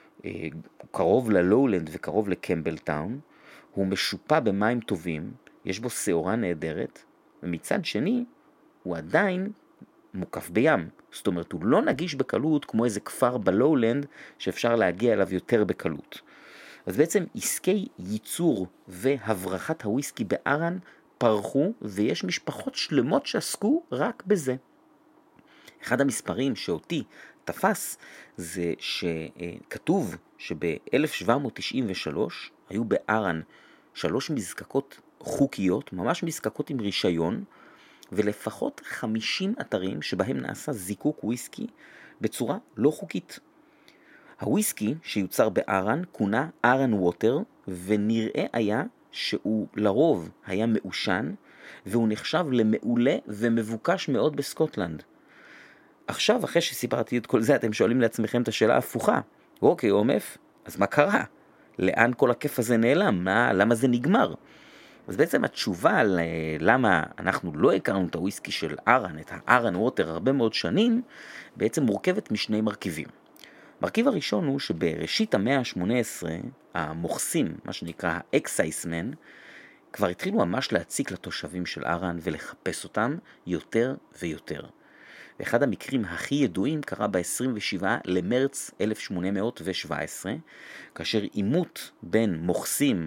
קרוב ללואולנד וקרוב לקמבלטאון, הוא משופע במים טובים, יש בו שעורה נהדרת, ומצד שני הוא עדיין מוקף בים. זאת אומרת, הוא לא נגיש בקלות כמו איזה כפר בלואולנד שאפשר להגיע אליו יותר בקלות. אז בעצם עסקי ייצור והברחת הוויסקי בארן פרחו, ויש משפחות שלמות שעסקו רק בזה. אחד המספרים שאותי תפס זה שכתוב שב-1793 היו בארן 3 מזקקות חוקיות, ממש מזקקות עם רישיון, ולפחות 50 אתרים שבהם נעשה זיקוק וויסקי בצורה לא חוקית. הוויסקי שיוצר בארן כונה ארן ווטר, ונראה היה שהוא לרוב היה מעושן, והוא נחשב למעולה ומבוקש מאוד בסקוטלנד. עכשיו, אחרי שסיפרתי את כל זה, אתם שואלים לעצמכם את השאלה ההפוכה. אוקיי, עומף, אז מה קרה? לאן כל הכיף הזה נעלם? למה זה נגמר? אז בעצם התשובה למה אנחנו לא הכרנו את הוויסקי של ארן, את הארן ווטר הרבה מאוד שנים, בעצם מורכבת משני מרכיבים. מרכיב הראשון הוא שבראשית המאה ה-18, המוכסים, מה שנקרא האקסייסמן, כבר התחילו ממש להציק לתושבים של ארן ולחפש אותם יותר ויותר. ואחד המקרים הכי ידועים קרה ב-27 למרץ 1817, כאשר עימות בין מוכסים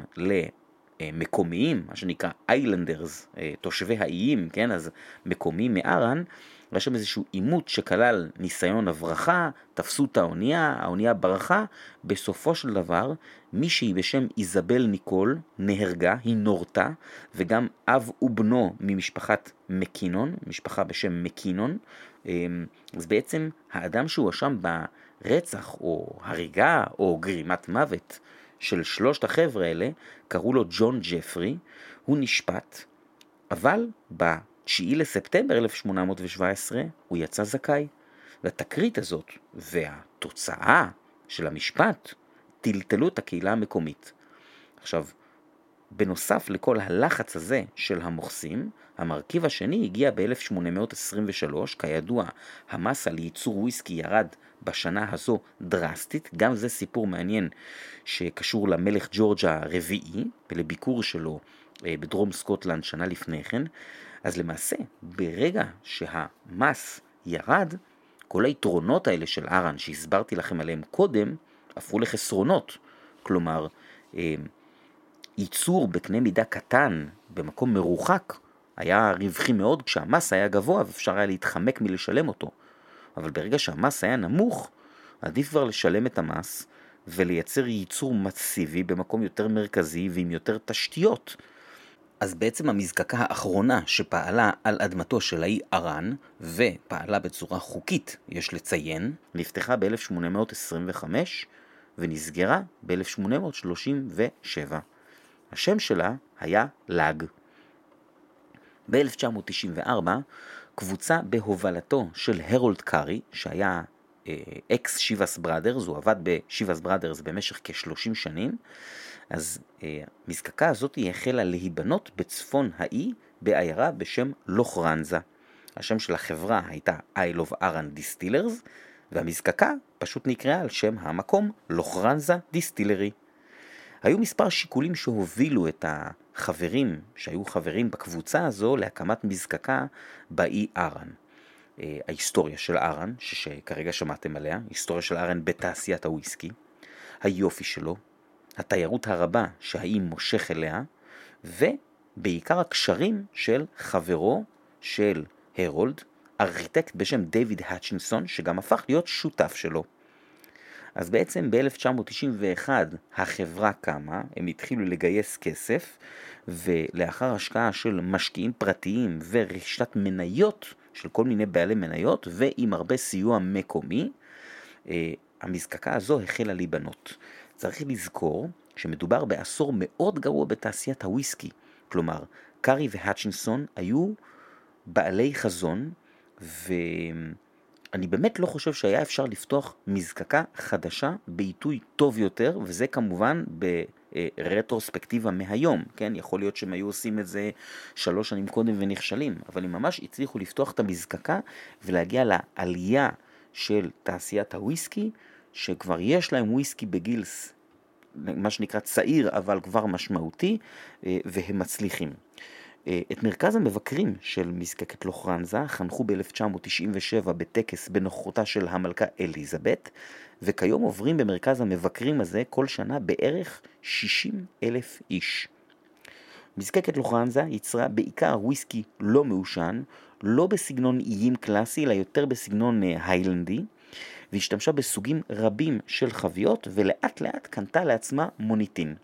למקומיים, מה שנקרא איילנדרס, תושבי האיים, כן, אז מקומיים מארן, ויש שם איזשהו עימות שכלל ניסיון הברחה, תפסו את האונייה ברחה, בסופו של דבר מישהי בשם איזבל ניקול נהרגה, היא נורתה, וגם אב ובנו ממשפחת מקינון, משפחה בשם מקינון. אז בעצם האדם שהואשם ברצח או הריגה או גרימת מוות של 3 החבר'ה האלה, קראו לו ג'ון ג'פרי, הוא נשפט, אבל ב9 לספטמבר 1817 הוא יצא זכאי. והתקרית הזאת והתוצאה של המשפט טלטלו את הקהילה המקומית. עכשיו, בנוסף לכל הלחץ הזה של המוכסים, המרכיב השני הגיע ב-1823, כידוע המס על ייצור וויסקי ירד בשנה הזו דרסטית, גם זה סיפור מעניין שקשור למלך ג'ורג' הרביעי ולביקור שלו בדרום סקוטלנד שנה לפני כן, אז למעשה ברגע שהמס ירד, כל היתרונות האלה של ארן שהסברתי לכם עליהם קודם, הפכו לחסרונות. כלומר, ייצור בקנה מידה קטן במקום מרוחק היה רווחי מאוד כשהמס היה גבוה ואפשר היה להתחמק מלשלם אותו. אבל ברגע שהמס היה נמוך, עדיף כבר לשלם את המס ולייצר ייצור מסיבי במקום יותר מרכזי ועם יותר תשתיות. אז בעצם המזקקה האחרונה שפעלה על אדמתו של האי ארן ופעלה בצורה חוקית, יש לציין, נפתחה ב-1825 ונסגרה ב-1837. השם שלה היה לג. ב-1994 קבוצה בהובלתו של הרולד קארי, שהיה אקס שיבאס בראדרס, הוא עבד בשיבאס בראדרס במשך כ-30 שנים, אז המזקקה הזאת החלה להיבנות בצפון האי בעיירה בשם לוחרנזה. השם של החברה הייתה Isle of Arran Distillers, והמזקקה פשוט נקראה על שם המקום, לוחרנזה דיסטילרי. היו מספר שיקולים שהובילו את החברים שהיו חברים בקבוצה הזו להקמת מזקקה באי ארן. ההיסטוריה של ארן, שכרגע שמעתם עליה, היסטוריה של ארן בתעשיית הוויסקי, היופי שלו, התיירות הרבה שהאי מושך אליה, ובעיקר הקשרים של חברו של הרולד, ארכיטקט בשם דיוויד האצ'ינסון, שגם הפך להיות שותף שלו. אז בעצם ב-1991 החברה קמה, הם התחילו לגייס כסף, ולאחר השקעה של משקיעים פרטיים ורכישת מניות של כל מיני בעלי מניות, ועם הרבה סיוע מקומי, המזקקה הזו החלה להיבנות. צריך לזכור שמדובר בעשור מאוד גרוע בתעשיית הוויסקי. כלומר, קארי והאצ'ינסון היו בעלי חזון, ואני באמת לא חושב שהיה אפשר לפתוח מזקקה חדשה בעיתוי טוב יותר, וזה כמובן ברטרוספקטיבה מהיום, כן? יכול להיות שהם היו עושים את זה 3 שנים קודם ונכשלים, אבל הם ממש הצליחו לפתוח את המזקקה ולהגיע לעלייה של תעשיית הוויסקי, שכבר יש להם וויסקי בגיל מה שנקרא צעיר אבל כבר משמעותי, והם מצליחים. את מרכז המבקרים של מזקקת לוחרנזה חנכו ב-1997 בטקס בנוכחותה של המלכה אליזבת, וכיום עוברים במרכז המבקרים הזה כל שנה בערך 60,000 איש. מזקקת לוחרנזה יצרה בעיקר וויסקי לא מעושן, לא בסגנון איים קלאסי, אלא יותר בסגנון היילנדי, והשתמשה בסוגים רבים של חביות, ולאט לאט קנתה לעצמה מוניטין.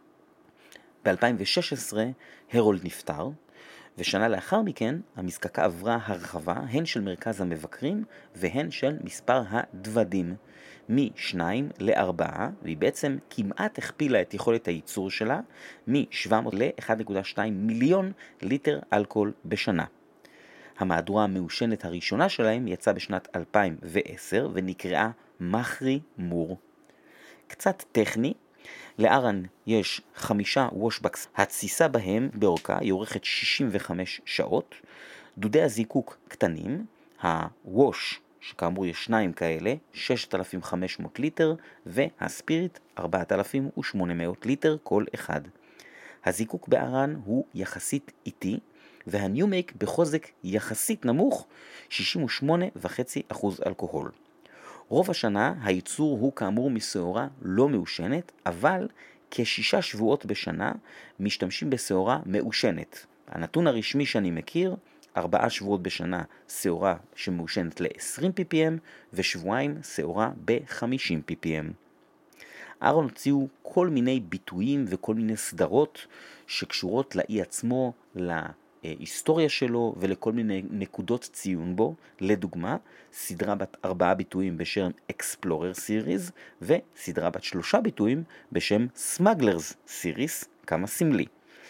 ב-2016 הרולד נפטר, ושנה לאחר מכן המזקקה עברה הרחבה הן של מרכז המבקרים והן של מספר הדוודים, מ-2 ל-4, והיא בעצם כמעט הכפילה את יכולת הייצור שלה, מ-700 ל-1.2 מיליון ליטר אלכוהול בשנה. המהדורה המעושנת הראשונה שלהם יצאה בשנת 2010 ונקראה מחרי מור. קצת טכני, לארן יש 5 וושבקס, התסיסה בהם באורכה היא אורכת 65 שעות, דודי הזיקוק קטנים, הווש שכאמור יש 2 כאלה, 6,500 ליטר, והספיריט 4,800 ליטר כל אחד. הזיקוק בארן הוא יחסית איטי, והניומייק בחוזק יחסית נמוך, 68.5% אלכוהול. רוב השנה הייצור הוא כאמור מסעורה לא מעושנת, אבל כ6 שבועות בשנה משתמשים בסעורה מעושנת. הנתון הרשמי שאני מכיר, 4 שבועות בשנה סעורה שמעושנת ל-20 ppm, ושבועיים סעורה ב-50 ppm. ארון הוציאו כל מיני ביטויים וכל מיני סדרות שקשורות לאי עצמו, להיסטוריה שלו ולכל מיני נקודות ציון בו. לדוגמה, סדרה בת 4 ביטויים בשם Explorer Series, וסדרה בת 3 ביטויים בשם Smugglers Series, כמה סמלי.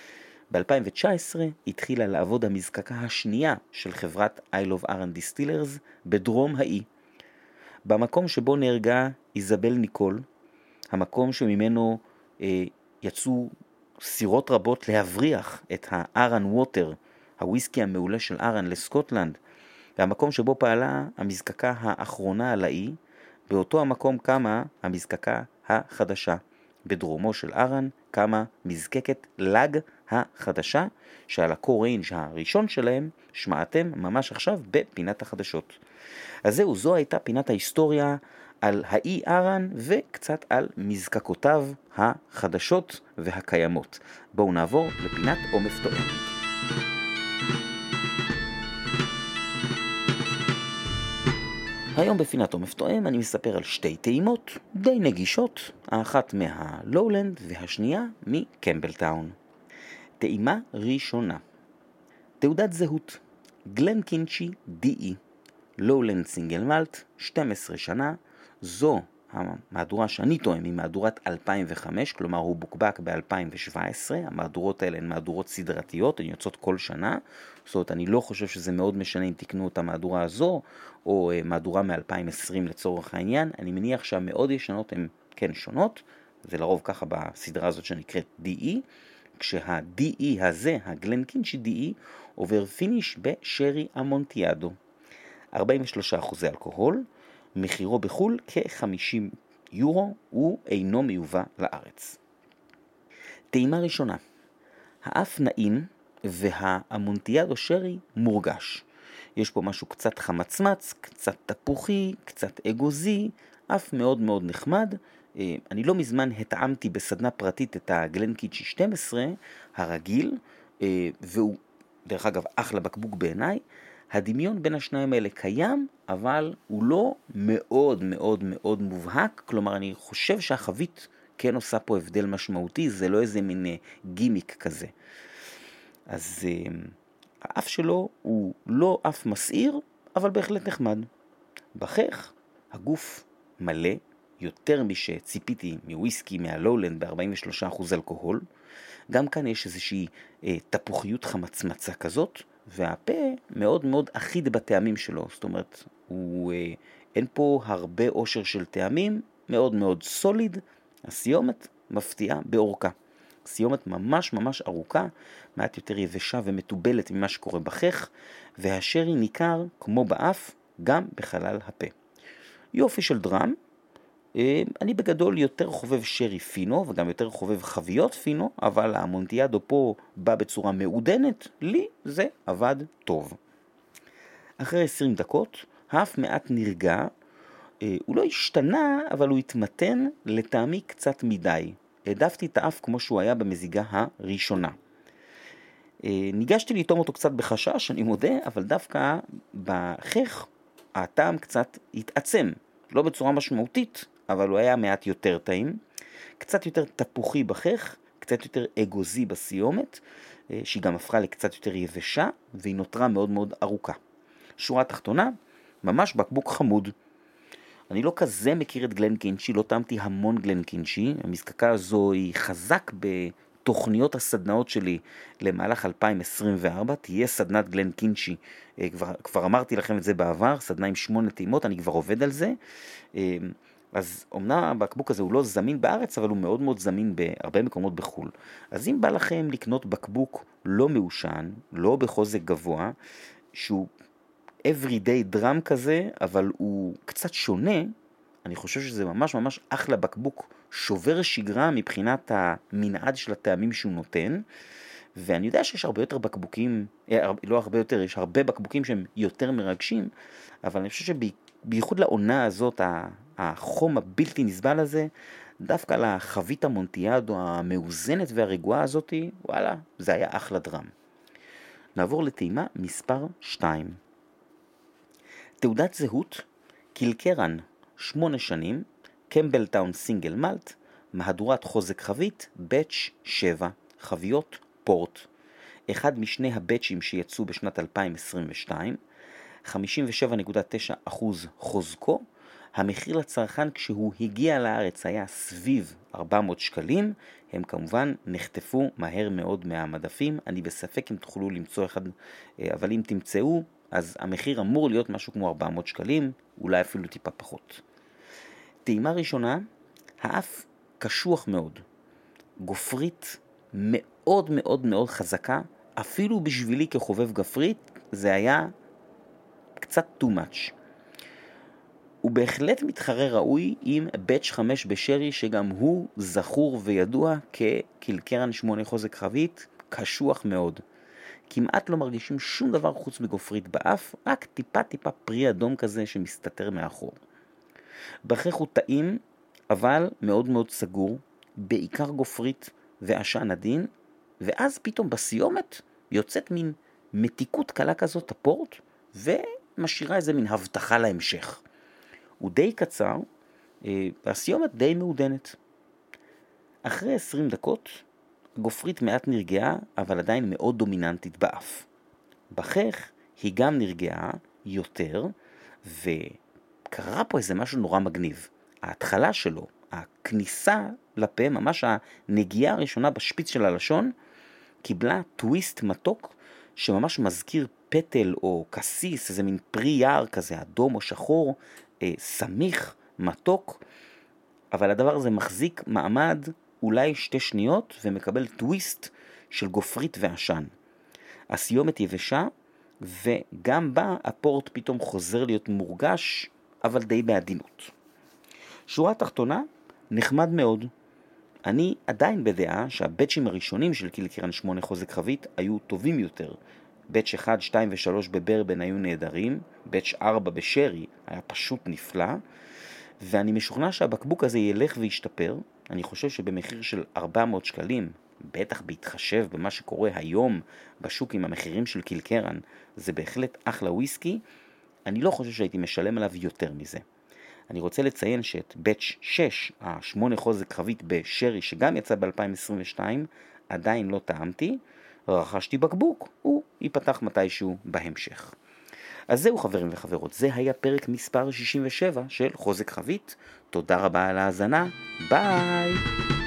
ב-2019 התחילה לעבוד המזקקה השנייה של חברת Isle of Arran Distillers בדרום האי. במקום שבו נהרגה איזבל ניקול, המקום שממנו יצאו סירות רבות להבריח את הארן ווטר, הוויסקי המעולה של ארן לסקוטלנד, והמקום שבו פעלה המזקקה האחרונה על האי, באותו המקום קמה המזקקה החדשה, בדרומו של ארן, כמה מזקקת לג החדשה, שעל הקור ריינג' הראשון שלהם שמעתם ממש עכשיו בפינת החדשות. אז זו הייתה פינת ההיסטוריה על האי ארן וקצת על מזקקותיו החדשות והקיימות. בואו נעבור לפינת עומף תואם. היום בפינת עומף תואם אני מספר על שתי טעימות די נגישות, האחת מהלואולנד והשנייה מקמבלטאון. טעימה ראשונה, תעודת זהות, גלנקינצ'י DE, לואולנד סינגל מלט, 12 שנה, זו המהדורה שאני טועם היא מהדורת 2005, כלומר הוא בוקבק ב-2017, המהדורות האלה הן מהדורות סדרתיות, הן יוצאות כל שנה, זאת אומרת אני לא חושב שזה מאוד משנה אם תקנו את המהדורה הזו, או מהדורה מ-2020 לצורך העניין, אני מניח שהמאוד ישנות הן כן שונות, זה לרוב ככה בסדרה הזאת שנקראת DE, כשה-DE הזה, הגלנקינצ'י DE, עובר פיניש בשרי אמונטיאדו. 43% אלכוהול, מחירו בחול כ-50 יורו, הוא אינו מיובא לארץ. טעימה ראשונה, האף נעים והאמונטיאדו שרי מורגש. יש פה משהו קצת חמצמץ, קצת תפוחי, קצת אגוזי, אף מאוד מאוד נחמד. אני לא מזמן התאמתי בסדנה פרטית את הגלנקינצ'י 12 הרגיל, והוא דרך אגב אחלה בקבוק בעיניי. הדמיון בין השניים האלה קיים, אבל הוא לא מאוד מאוד מאוד מובהק, כלומר אני חושב שהחבית כן עושה פה הבדל משמעותי, זה לא איזה מין גימיק כזה. אז האף שלו הוא לא אף מסעיר, אבל בהחלט נחמד. בחך הגוף מלא, יותר משציפיתי מוויסקי מהלואולנד ב-43% אלכוהול. גם כאן יש איזושהי תפוחיות חמצמצה כזאת, והפה מאוד מאוד אחיד בטעמים שלו, זאת אומרת, אין פה הרבה עושר של טעמים, מאוד מאוד סוליד, הסיומת מפתיעה באורכה. סיומת ממש ממש ארוכה, מעט יותר יבשה ומטובלת ממה שקורה בחך, והשרי ניכר כמו באף, גם בחלל הפה. יופי של דרם, אני בגדול יותר חובב שרי פינו, וגם יותר חובב חביות פינו, אבל המונטיאדו פה בא בצורה מעודנת, לי זה עבד טוב. אחרי 20 דקות, האף מעט נרגע, הוא לא השתנה, אבל הוא התמתן לטעמי קצת מדי. העדפתי את האף כמו שהוא היה במזיגה הראשונה. ניגשתי לטעום אותו קצת בחשש, אני מודה, אבל דווקא בחך הטעם קצת התעצם. לא בצורה משמעותית, אבל הוא היה מעט יותר טעים. קצת יותר תפוחי בחך, קצת יותר אגוזי בסיומת, שהיא גם הפכה לקצת יותר יבשה, והיא נותרה מאוד מאוד ארוכה. שורה תחתונה, ממש בקבוק חמוד. אני לא כזה מכיר את גלנקינצ'י, לא טעמתי המון גלנקינצ'י. המזקקה הזו היא חזק בתוכניות הסדנאות שלי למהלך 2024. תהיה סדנת גלנקינצ'י, כבר אמרתי לכם את זה בעבר, סדנה עם 8 טעימות, אני כבר עובד על זה. אז אמנם הבקבוק הזה הוא לא זמין בארץ, אבל הוא מאוד מאוד זמין בהרבה מקומות בחול. אז אם בא לכם לקנות בקבוק לא מעושן, לא בחוזק גבוה, שהוא everyday drum כזה, אבל הוא קצת שונה, אני חושב שזה ממש ממש אחלה בקבוק, שובר שגרה מבחינת המנעד של הטעמים שהוא נותן, ואני יודע שיש הרבה יותר בקבוקים, לא הרבה יותר, יש הרבה בקבוקים שהם יותר מרגשים, אבל אני חושב שבייחוד לעונה הזאת, החום הבלתי נסבל הזה, דווקא לחבית המונטיאדו המאוזנת והרגועה הזאת, וואלה, זה היה אחלה דרם. נעבור לטעימה מספר 2. תעודת זהות, קילקרן, 8 שנים, קמבלטאון סינגל מלט, מהדורת חוזק חבית, בץ' 7, חביות פורט. אחד משני הבצ'ים שיצאו בשנת 2022, 57.9% חוזקו, המחיר לצרכן כשהוא הגיע לארץ היה סביב 400 שקלים, הם כמובן נחטפו מהר מאוד מהמדפים, אני בספק אם תוכלו למצוא אחד, אבל אם תמצאו, אז המחיר אמור להיות משהו כמו 400 שקלים, אולי אפילו טיפה פחות. טעימה ראשונה, האף קשוח מאוד, גופרית מאוד מאוד מאוד חזקה, אפילו בשבילי כחובב גפרית, זה היה קצת too much. הוא בהחלט מתחרה ראוי עם באץ' 5 בשרי, שגם הוא זכור וידוע כקילקרן 8 חוזק חבית, קשוח מאוד. כמעט לא מרגישים שום דבר חוץ מגופרית באף, רק טיפה פרי אדום כזה שמסתתר מאחור. בכך הוא טעים, אבל מאוד מאוד סגור, בעיקר גופרית ועשן עדין, ואז פתאום בסיומת יוצאת מין מתיקות קלה כזאת הפורט, ומשאירה איזה מין הבטחה להמשך. הוא די קצר, והסיומת די מעודנת. אחרי 20 דקות, הגופרית מעט נרגעה, אבל עדיין מאוד דומיננטית באף. בכך היא גם נרגעה יותר, וקרה פה איזה משהו נורא מגניב. ההתחלה שלו, הכניסה לפה, ממש הנגיעה הראשונה בשפיץ של הלשון, קיבלה טוויסט מתוק, שממש מזכיר פטל או קסיס, איזה מין פרי יער כזה, אדום או שחור, סמיך, מתוק, אבל הדבר הזה מחזיק מעמד אולי 2 שניות, ומקבל טוויסט של גופרית ועשן. הסיומת יבשה, וגם בה הפורט פתאום חוזר להיות מורגש, אבל די בעדינות. שורה תחתונה, נחמד מאוד. אני עדיין בדעה שהבאצ'ים הראשונים של קילקרן 8 חוזק חבית היו טובים יותר. באץ' 1, 2 ו-3 בברבן היו נהדרים, באץ' 4 בשרי היה פשוט נפלא, ואני משוכנע שהבקבוק הזה ילך וישתפר. אני חושב שבמחיר של 400 שקלים, בטח בהתחשב במה שקורה היום בשוק עם המחירים של קילקרן, זה בהחלט אחלה וויסקי. אני לא חושב שהייתי משלם עליו יותר מזה. אני רוצה לציין שאת באץ' 6, ה-8 חוזק חבית בשרי, שגם יצא ב-2022, עדיין לא טעמתי, רכשתי בקבוק, הוא ייפתח מתישהו בהמשך. אז זהו חברים וחברות, זה היה פרק מספר 67 של חוזק חבית. תודה רבה על ההאזנה, ביי!